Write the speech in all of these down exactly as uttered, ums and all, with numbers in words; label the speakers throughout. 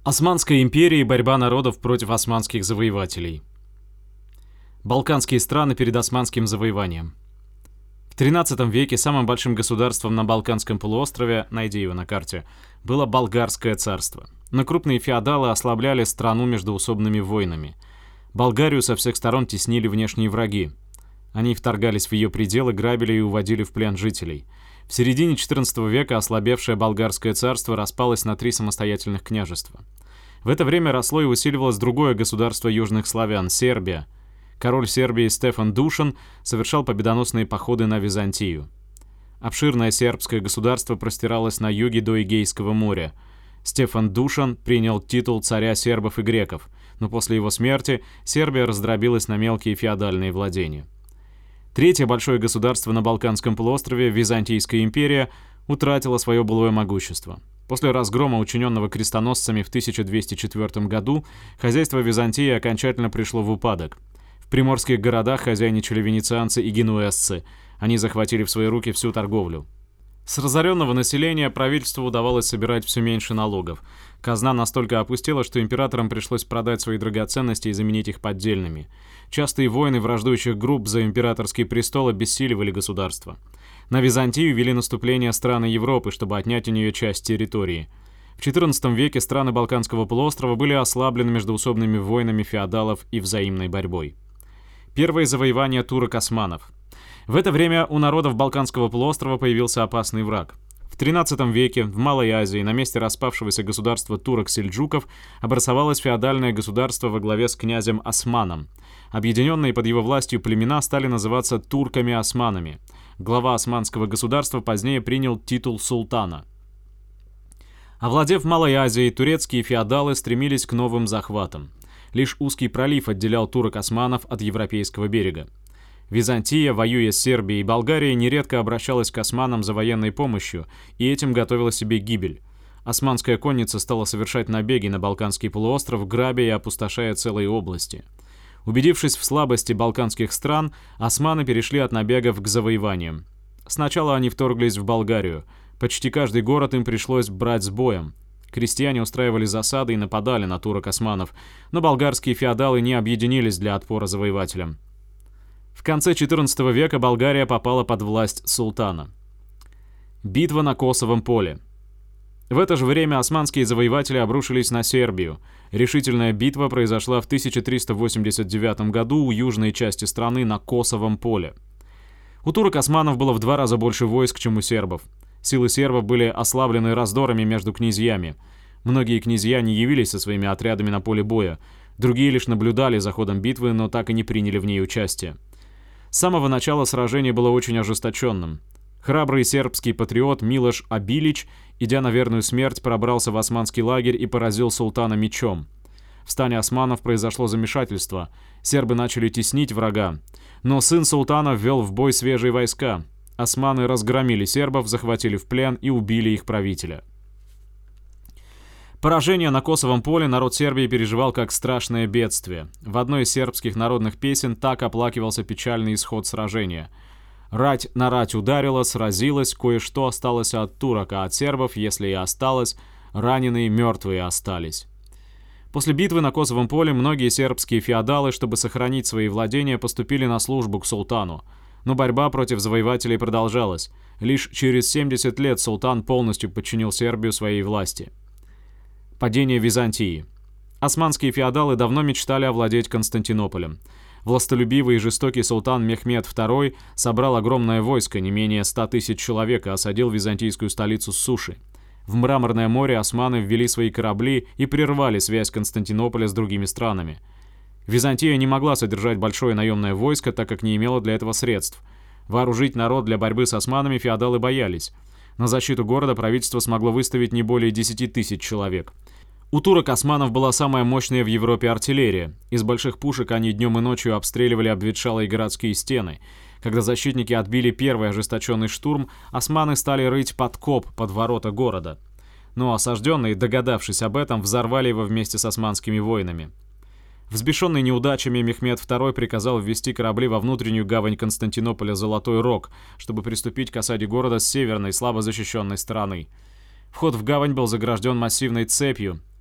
Speaker 1: Османская империя и борьба народов против османских завоевателей. Балканские страны перед османским завоеванием. В тринадцатом веке самым большим государством на Балканском полуострове, найди его на карте, было Болгарское царство. Но крупные феодалы ослабляли страну междоусобными войнами. Болгарию со всех сторон теснили внешние враги. Они вторгались в ее пределы, грабили и уводили в плен жителей. В середине четырнадцатого века ослабевшее Болгарское царство распалось на три самостоятельных княжества. В это время росло и усиливалось другое государство южных славян — Сербия. Король Сербии Стефан Душан совершал победоносные походы на Византию. Обширное сербское государство простиралось на юге до Эгейского моря. Стефан Душан принял титул царя сербов и греков, но после его смерти Сербия раздробилась на мелкие феодальные владения. Третье большое государство на Балканском полуострове, Византийская империя, утратило свое былое могущество. После разгрома, учиненного крестоносцами в тысяча двести четвёртом году, хозяйство Византии окончательно пришло в упадок. В приморских городах хозяйничали венецианцы и генуэзцы. Они захватили в свои руки всю торговлю. С разоренного населения правительству удавалось собирать все меньше налогов. Казна настолько опустела, что императорам пришлось продать свои драгоценности и заменить их поддельными. Частые войны враждующих групп за императорский престол обессиливали государство. На Византию вели наступление страны Европы, чтобы отнять у нее часть территории. В четырнадцатом веке страны Балканского полуострова были ослаблены междоусобными войнами феодалов и взаимной борьбой. Первое завоевание турок-османов. В это время у народов Балканского полуострова появился опасный враг. В тринадцатом веке в Малой Азии на месте распавшегося государства турок-сельджуков образовалось феодальное государство во главе с князем Османом. Объединенные под его властью племена стали называться турками-османами. Глава османского государства позднее принял титул султана. Овладев Малой Азией, турецкие феодалы стремились к новым захватам. Лишь узкий пролив отделял турок-османов от европейского берега. Византия, воюя с Сербией и Болгарией, нередко обращалась к османам за военной помощью и этим готовила себе гибель. Османская конница стала совершать набеги на Балканский полуостров, грабя и опустошая целые области. Убедившись в слабости балканских стран, османы перешли от набегов к завоеваниям. Сначала они вторглись в Болгарию. Почти каждый город им пришлось брать с боем. Крестьяне устраивали засады и нападали на турок-османов, но болгарские феодалы не объединились для отпора завоевателям. В конце четырнадцатого века Болгария попала под власть султана. Битва на Косовом поле. В это же время османские завоеватели обрушились на Сербию. Решительная битва произошла в тысяча триста восемьдесят девятом году у южной части страны на Косовом поле. У турок-османов было в два раза больше войск, чем у сербов. Силы сербов были ослаблены раздорами между князьями. Многие князья не явились со своими отрядами на поле боя. Другие лишь наблюдали за ходом битвы, но так и не приняли в ней участие. С самого начала сражение было очень ожесточенным. Храбрый сербский патриот Милош Абилич, идя на верную смерть, пробрался в османский лагерь и поразил султана мечом. В стане османов произошло замешательство. Сербы начали теснить врага. Но сын султана ввел в бой свежие войска. Османы разгромили сербов, захватили в плен и убили их правителя. Поражение на Косовом поле народ Сербии переживал как страшное бедствие. В одной из сербских народных песен так оплакивался печальный исход сражения. «Рать на рать ударила, сразилась, кое-что осталось от турок, а от сербов, если и осталось, раненые мертвые остались». После битвы на Косовом поле многие сербские феодалы, чтобы сохранить свои владения, поступили на службу к султану. Но борьба против завоевателей продолжалась. Лишь через семьдесят лет султан полностью подчинил Сербию своей власти. Падение Византии. Османские феодалы давно мечтали овладеть Константинополем. Властолюбивый и жестокий султан Мехмед второй собрал огромное войско, не менее ста тысяч человек, и осадил византийскую столицу с суши. В Мраморное море османы ввели свои корабли и прервали связь Константинополя с другими странами. Византия не могла содержать большое наемное войско, так как не имела для этого средств. Вооружить народ для борьбы с османами феодалы боялись. На защиту города правительство смогло выставить не более десяти тысяч человек. У турок-османов была самая мощная в Европе артиллерия. Из больших пушек они днем и ночью обстреливали обветшалые городские стены. Когда защитники отбили первый ожесточенный штурм, османы стали рыть подкоп под ворота города. Но осажденные, догадавшись об этом, взорвали его вместе с османскими воинами. Взбешенный неудачами, Мехмед второй приказал ввести корабли во внутреннюю гавань Константинополя Золотой Рог, чтобы приступить к осаде города с северной, слабо защищенной стороны. Вход в гавань был загражден массивной цепью.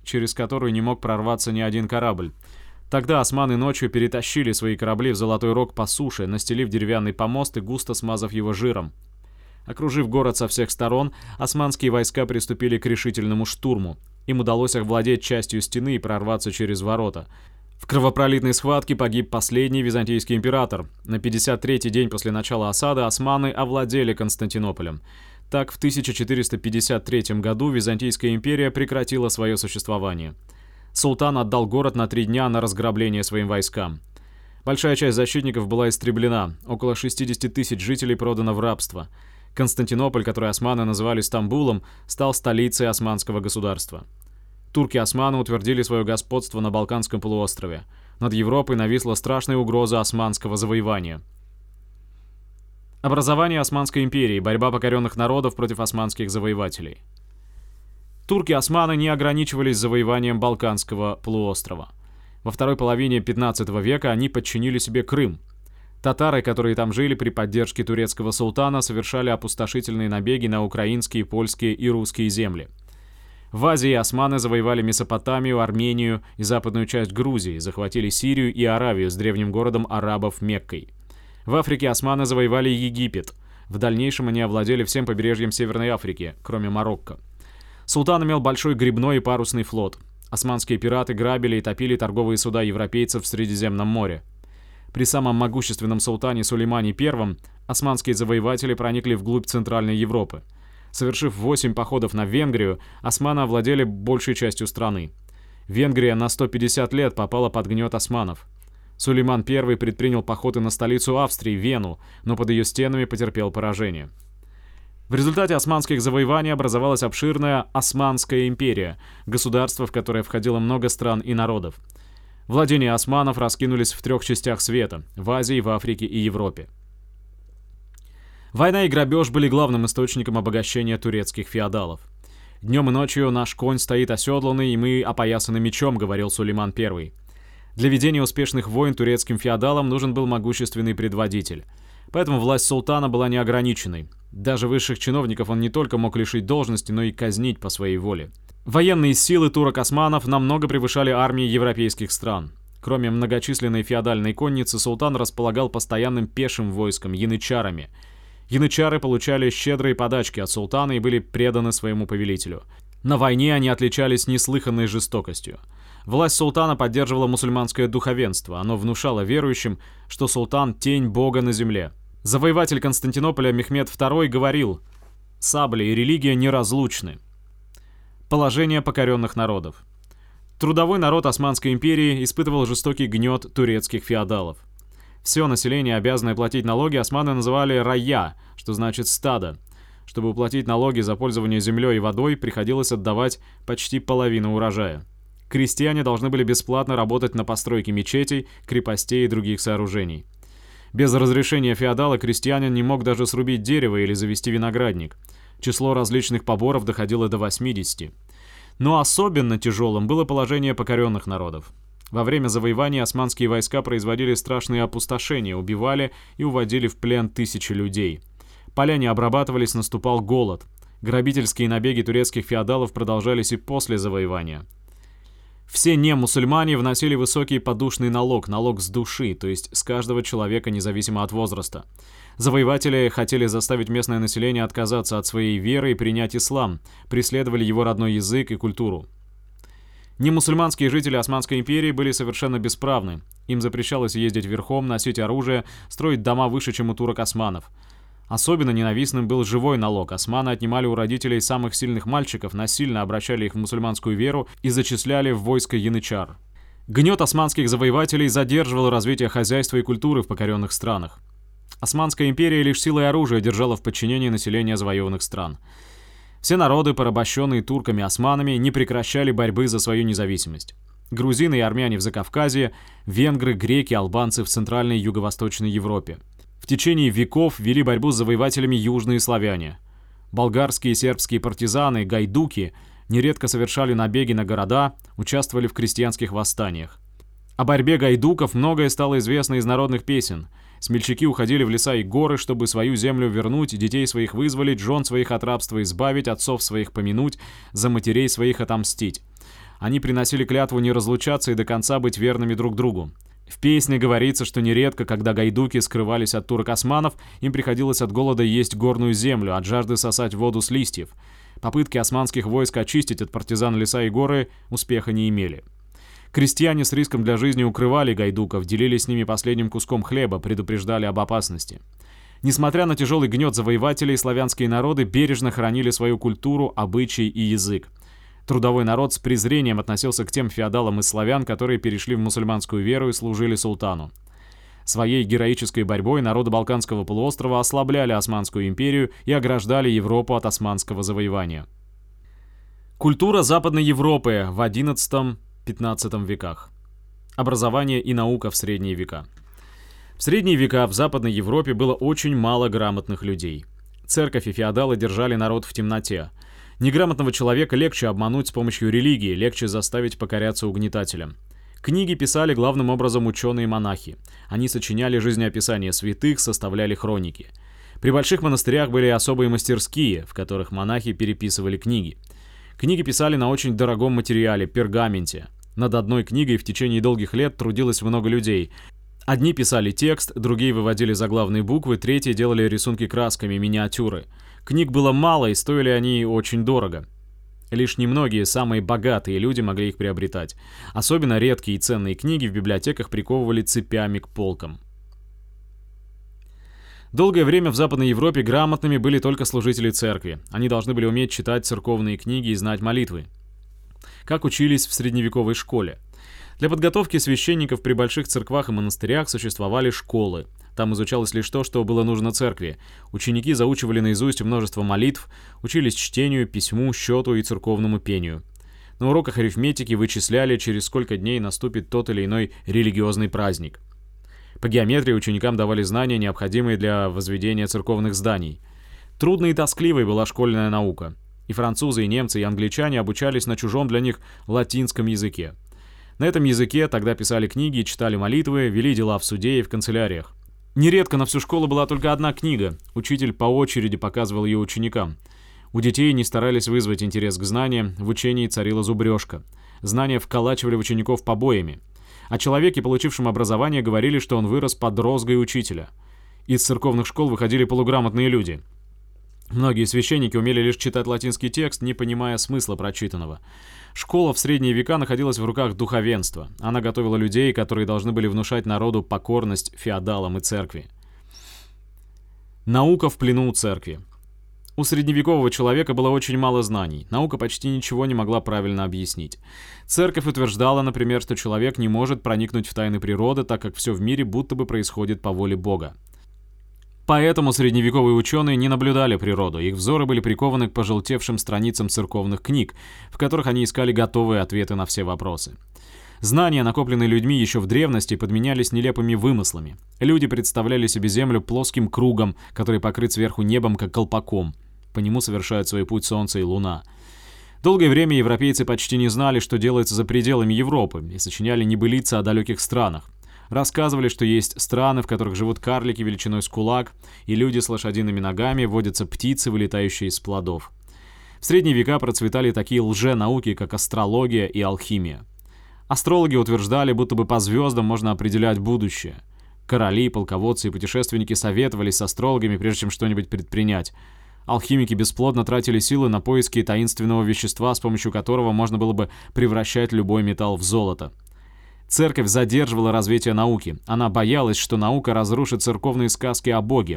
Speaker 1: через которую не мог прорваться ни один корабль. Тогда османы ночью перетащили свои корабли в Золотой Рог по суше, настелив деревянный помост и густо смазав его жиром. Окружив город со всех сторон, османские войска приступили к решительному штурму. Им удалось овладеть частью стены и прорваться через ворота. В кровопролитной схватке погиб последний византийский император. На пятьдесят третий день после начала осады османы овладели Константинополем. Так, в тысяча четыреста пятьдесят третьем году Византийская империя прекратила свое существование. Султан отдал город на три дня на разграбление своим войскам. Большая часть защитников была истреблена, около шестьдесят тысяч жителей продано в рабство. Константинополь, который османы называли Стамбулом, стал столицей османского государства. Турки-османы утвердили свое господство на Балканском полуострове. Над Европой нависла страшная угроза османского завоевания. Образование Османской империи, борьба покоренных народов против османских завоевателей. Турки-османы не ограничивались завоеванием Балканского полуострова. Во второй половине пятнадцатого века они подчинили себе Крым. Татары, которые там жили при поддержке турецкого султана, совершали опустошительные набеги на украинские, польские и русские земли. В Азии османы завоевали Месопотамию, Армению и западную часть Грузии, захватили Сирию и Аравию с древним городом арабов Меккой. В Африке османы завоевали Египет. В дальнейшем они овладели всем побережьем Северной Африки, кроме Марокко. Султан имел большой гребной и парусный флот. Османские пираты грабили и топили торговые суда европейцев в Средиземном море. При самом могущественном султане Сулеймане Первом османские завоеватели проникли вглубь Центральной Европы. Совершив восемь походов на Венгрию, османы овладели большей частью страны. Венгрия на сто пятьдесят лет попала под гнет османов. Сулейман Первый предпринял походы на столицу Австрии, Вену, но под ее стенами потерпел поражение. В результате османских завоеваний образовалась обширная Османская империя, государство, в которое входило много стран и народов. Владения османов раскинулись в трех частях света – в Азии, в Африке и Европе. Война и грабеж были главным источником обогащения турецких феодалов. «Днем и ночью наш конь стоит оседланный, и мы опоясаны мечом», — говорил Сулейман Первый. Для ведения успешных войн турецким феодалам нужен был могущественный предводитель. Поэтому власть султана была неограниченной. Даже высших чиновников он не только мог лишить должности, но и казнить по своей воле. Военные силы турок-османов намного превышали армии европейских стран. Кроме многочисленной феодальной конницы, султан располагал постоянным пешим войском – янычарами. Янычары получали щедрые подачки от султана и были преданы своему повелителю. На войне они отличались неслыханной жестокостью. Власть султана поддерживала мусульманское духовенство. Оно внушало верующим, что султан – тень бога на земле. Завоеватель Константинополя Мехмед Второй говорил: «Сабля и религия неразлучны». Положение покоренных народов. Трудовой народ Османской империи испытывал жестокий гнет турецких феодалов. Все население, обязанное платить налоги, османы называли «рая», что значит «стадо». Чтобы уплатить налоги за пользование землей и водой, приходилось отдавать почти половину урожая. Крестьяне должны были бесплатно работать на постройке мечетей, крепостей и других сооружений. Без разрешения феодала крестьянин не мог даже срубить дерево или завести виноградник. Число различных поборов доходило до восьмидесяти. Но особенно тяжелым было положение покоренных народов. Во время завоевания османские войска производили страшные опустошения, убивали и уводили в плен тысячи людей. Поля не обрабатывались, наступал голод. Грабительские набеги турецких феодалов продолжались и после завоевания. Все не-мусульмане вносили высокий подушный налог, налог с души, то есть с каждого человека, независимо от возраста. Завоеватели хотели заставить местное население отказаться от своей веры и принять ислам, преследовали его родной язык и культуру. Немусульманские жители Османской империи были совершенно бесправны. Им запрещалось ездить верхом, носить оружие, строить дома выше, чем у турок-османов. Особенно ненавистным был живой налог. Османы отнимали у родителей самых сильных мальчиков, насильно обращали их в мусульманскую веру и зачисляли в войско янычар. Гнет османских завоевателей задерживал развитие хозяйства и культуры в покоренных странах. Османская империя лишь силой оружия держала в подчинении населения завоеванных стран. Все народы, порабощенные турками-османами, не прекращали борьбы за свою независимость. Грузины и армяне в Закавказье, венгры, греки, албанцы в Центральной и Юго-Восточной Европе. В течение веков вели борьбу с завоевателями южные славяне. Болгарские и сербские партизаны, гайдуки, нередко совершали набеги на города, участвовали в крестьянских восстаниях. О борьбе гайдуков многое стало известно из народных песен. Смельчаки уходили в леса и горы, чтобы свою землю вернуть, детей своих вызволить, жен своих от рабства избавить, отцов своих помянуть, за матерей своих отомстить. Они приносили клятву не разлучаться и до конца быть верными друг другу. В песне говорится, что нередко, когда гайдуки скрывались от турок-османов, им приходилось от голода есть горную землю, от жажды сосать воду с листьев. Попытки османских войск очистить от партизан леса и горы успеха не имели. Крестьяне с риском для жизни укрывали гайдуков, делились с ними последним куском хлеба, предупреждали об опасности. Несмотря на тяжелый гнет завоевателей, славянские народы бережно хранили свою культуру, обычаи и язык. Трудовой народ с презрением относился к тем феодалам из славян, которые перешли в мусульманскую веру и служили султану. Своей героической борьбой народы Балканского полуострова ослабляли Османскую империю и ограждали Европу от османского завоевания. Культура Западной Европы в одиннадцатом-пятнадцатом веках. Образование и наука в средние века. В средние века в Западной Европе было очень мало грамотных людей. Церковь и феодалы держали народ в темноте. Неграмотного человека легче обмануть с помощью религии, легче заставить покоряться угнетателям. Книги писали главным образом ученые-монахи. Они сочиняли жизнеописания святых, составляли хроники. При больших монастырях были особые мастерские, в которых монахи переписывали книги. Книги писали на очень дорогом материале, пергаменте. Над одной книгой в течение долгих лет трудилось много людей. Одни писали текст, другие выводили заглавные буквы, третьи делали рисунки красками, миниатюры. Книг было мало, и стоили они очень дорого. Лишь немногие, самые богатые люди могли их приобретать. Особенно редкие и ценные книги в библиотеках приковывали цепями к полкам. Долгое время в Западной Европе грамотными были только служители церкви. Они должны были уметь читать церковные книги и знать молитвы. Как учились в средневековой школе. Для подготовки священников при больших церквах и монастырях существовали школы. Там изучалось лишь то, что было нужно церкви. Ученики заучивали наизусть множество молитв, учились чтению, письму, счету и церковному пению. На уроках арифметики вычисляли, через сколько дней наступит тот или иной религиозный праздник. По геометрии ученикам давали знания, необходимые для возведения церковных зданий. Трудной и тоскливой была школьная наука. И французы, и немцы, и англичане обучались на чужом для них латинском языке. На этом языке тогда писали книги, читали молитвы, вели дела в суде и в канцеляриях. Нередко на всю школу была только одна книга. Учитель по очереди показывал ее ученикам. У детей не старались вызвать интерес к знаниям, в учении царила зубрежка. Знания вколачивали в учеников побоями. О человеке, получившем образование, говорили, что он вырос под розгой учителя. Из церковных школ выходили полуграмотные люди. Многие священники умели лишь читать латинский текст, не понимая смысла прочитанного. Школа в средние века находилась в руках духовенства. Она готовила людей, которые должны были внушать народу покорность феодалам и церкви. Наука в плену у церкви. У средневекового человека было очень мало знаний. Наука почти ничего не могла правильно объяснить. Церковь утверждала, например, что человек не может проникнуть в тайны природы, так как все в мире будто бы происходит по воле Бога. Поэтому средневековые ученые не наблюдали природу, их взоры были прикованы к пожелтевшим страницам церковных книг, в которых они искали готовые ответы на все вопросы. Знания, накопленные людьми еще в древности, подменялись нелепыми вымыслами. Люди представляли себе Землю плоским кругом, который покрыт сверху небом, как колпаком. По нему совершают свой путь Солнце и Луна. Долгое время европейцы почти не знали, что делается за пределами Европы, и сочиняли небылицы о далеких странах. Рассказывали, что есть страны, в которых живут карлики величиной с кулак, и люди с лошадиными ногами, водятся птицы, вылетающие из плодов. В средние века процветали такие лженауки, как астрология и алхимия. Астрологи утверждали, будто бы по звездам можно определять будущее. Короли, полководцы и путешественники советовались с астрологами, прежде чем что-нибудь предпринять. Алхимики бесплодно тратили силы на поиски таинственного вещества, с помощью которого можно было бы превращать любой металл в золото. Церковь задерживала развитие науки. Она боялась, что наука разрушит церковные сказки о Боге.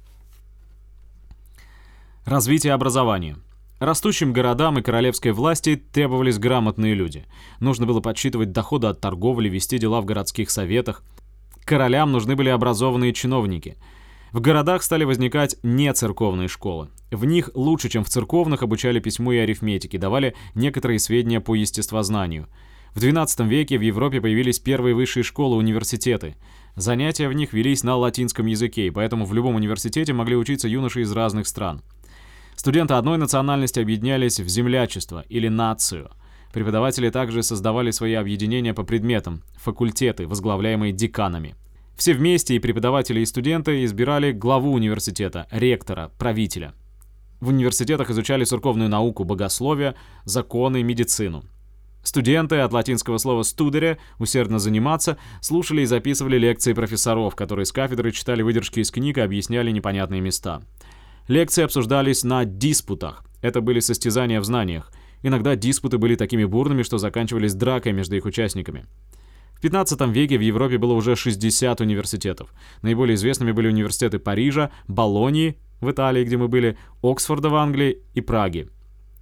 Speaker 1: Развитие образования. Растущим городам и королевской власти требовались грамотные люди. Нужно было подсчитывать доходы от торговли, вести дела в городских советах. Королям нужны были образованные чиновники. В городах стали возникать нецерковные школы. В них лучше, чем в церковных, обучали письму и арифметике, давали некоторые сведения по естествознанию. В двенадцатом веке в Европе появились первые высшие школы, университеты. Занятия в них велись на латинском языке, и поэтому в любом университете могли учиться юноши из разных стран. Студенты одной национальности объединялись в землячество или нацию. Преподаватели также создавали свои объединения по предметам, факультеты, возглавляемые деканами. Все вместе, и преподаватели, и студенты, избирали главу университета, ректора, правителя. В университетах изучали церковную науку, богословие, законы, медицину. Студенты, от латинского слова «студере» — усердно заниматься, слушали и записывали лекции профессоров, которые с кафедры читали выдержки из книг и объясняли непонятные места. Лекции обсуждались на диспутах. Это были состязания в знаниях. Иногда диспуты были такими бурными, что заканчивались дракой между их участниками. В пятнадцатом веке в Европе было уже шестьдесят университетов. Наиболее известными были университеты Парижа, Болоньи в Италии, где мы были, Оксфорда в Англии и Праги.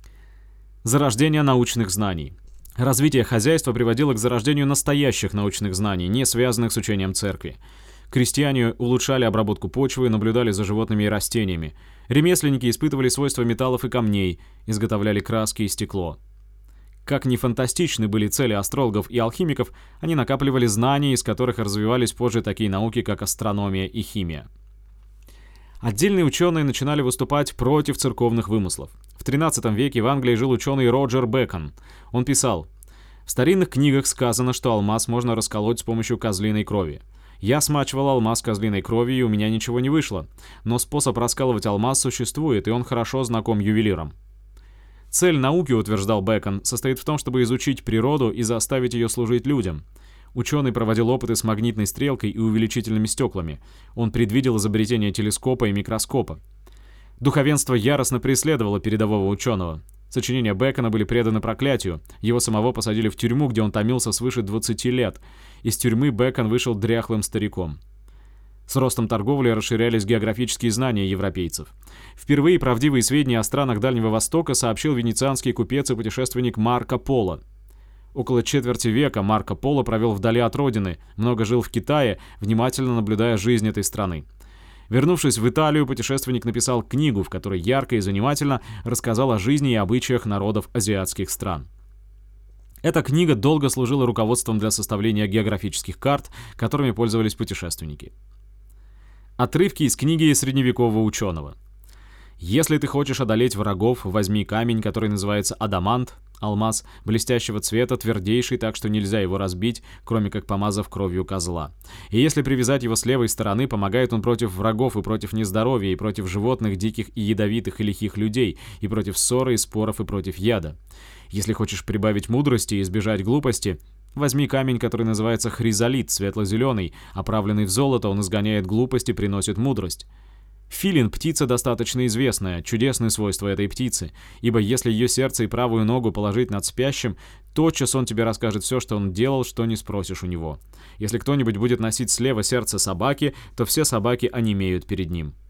Speaker 1: Зарождение научных знаний. Развитие хозяйства приводило к зарождению настоящих научных знаний, не связанных с учением церкви. Крестьяне улучшали обработку почвы и наблюдали за животными и растениями. Ремесленники испытывали свойства металлов и камней, изготовляли краски и стекло. Как ни фантастичны были цели астрологов и алхимиков, они накапливали знания, из которых развивались позже такие науки, как астрономия и химия. Отдельные ученые начинали выступать против церковных вымыслов. В тринадцатом веке в Англии жил ученый Роджер Бэкон. Он писал: «В старинных книгах сказано, что алмаз можно расколоть с помощью козлиной крови. Я смачивал алмаз козлиной кровью, и у меня ничего не вышло. Но способ раскалывать алмаз существует, и он хорошо знаком ювелирам». Цель науки, утверждал Бэкон, состоит в том, чтобы изучить природу и заставить ее служить людям. Ученый проводил опыты с магнитной стрелкой и увеличительными стеклами. Он предвидел изобретение телескопа и микроскопа. Духовенство яростно преследовало передового ученого. Сочинения Бэкона были преданы проклятию. Его самого посадили в тюрьму, где он томился свыше двадцати лет. Из тюрьмы Бэкон вышел дряхлым стариком. С ростом торговли расширялись географические знания европейцев. Впервые правдивые сведения о странах Дальнего Востока сообщил венецианский купец и путешественник Марко Поло. Около четверти века Марко Поло провел вдали от родины, много жил в Китае, внимательно наблюдая жизнь этой страны. Вернувшись в Италию, путешественник написал книгу, в которой ярко и занимательно рассказал о жизни и обычаях народов азиатских стран. Эта книга долго служила руководством для составления географических карт, которыми пользовались путешественники. Отрывки из книги средневекового ученого. «Если ты хочешь одолеть врагов, возьми камень, который называется адамант, алмаз, блестящего цвета, твердейший, так что нельзя его разбить, кроме как помазав кровью козла. И если привязать его с левой стороны, помогает он против врагов и против нездоровья, и против животных, диких и ядовитых и лихих людей, и против ссоры и споров, и против яда. Если хочешь прибавить мудрости и избежать глупости, возьми камень, который называется хризолит, светло-зеленый, оправленный в золото, он изгоняет глупость и приносит мудрость. Филин — птица достаточно известная, чудесные свойства этой птицы, ибо если ее сердце и правую ногу положить над спящим, тотчас он тебе расскажет все, что он делал, что не спросишь у него. Если кто-нибудь будет носить слева сердце собаки, то все собаки онемеют перед ним».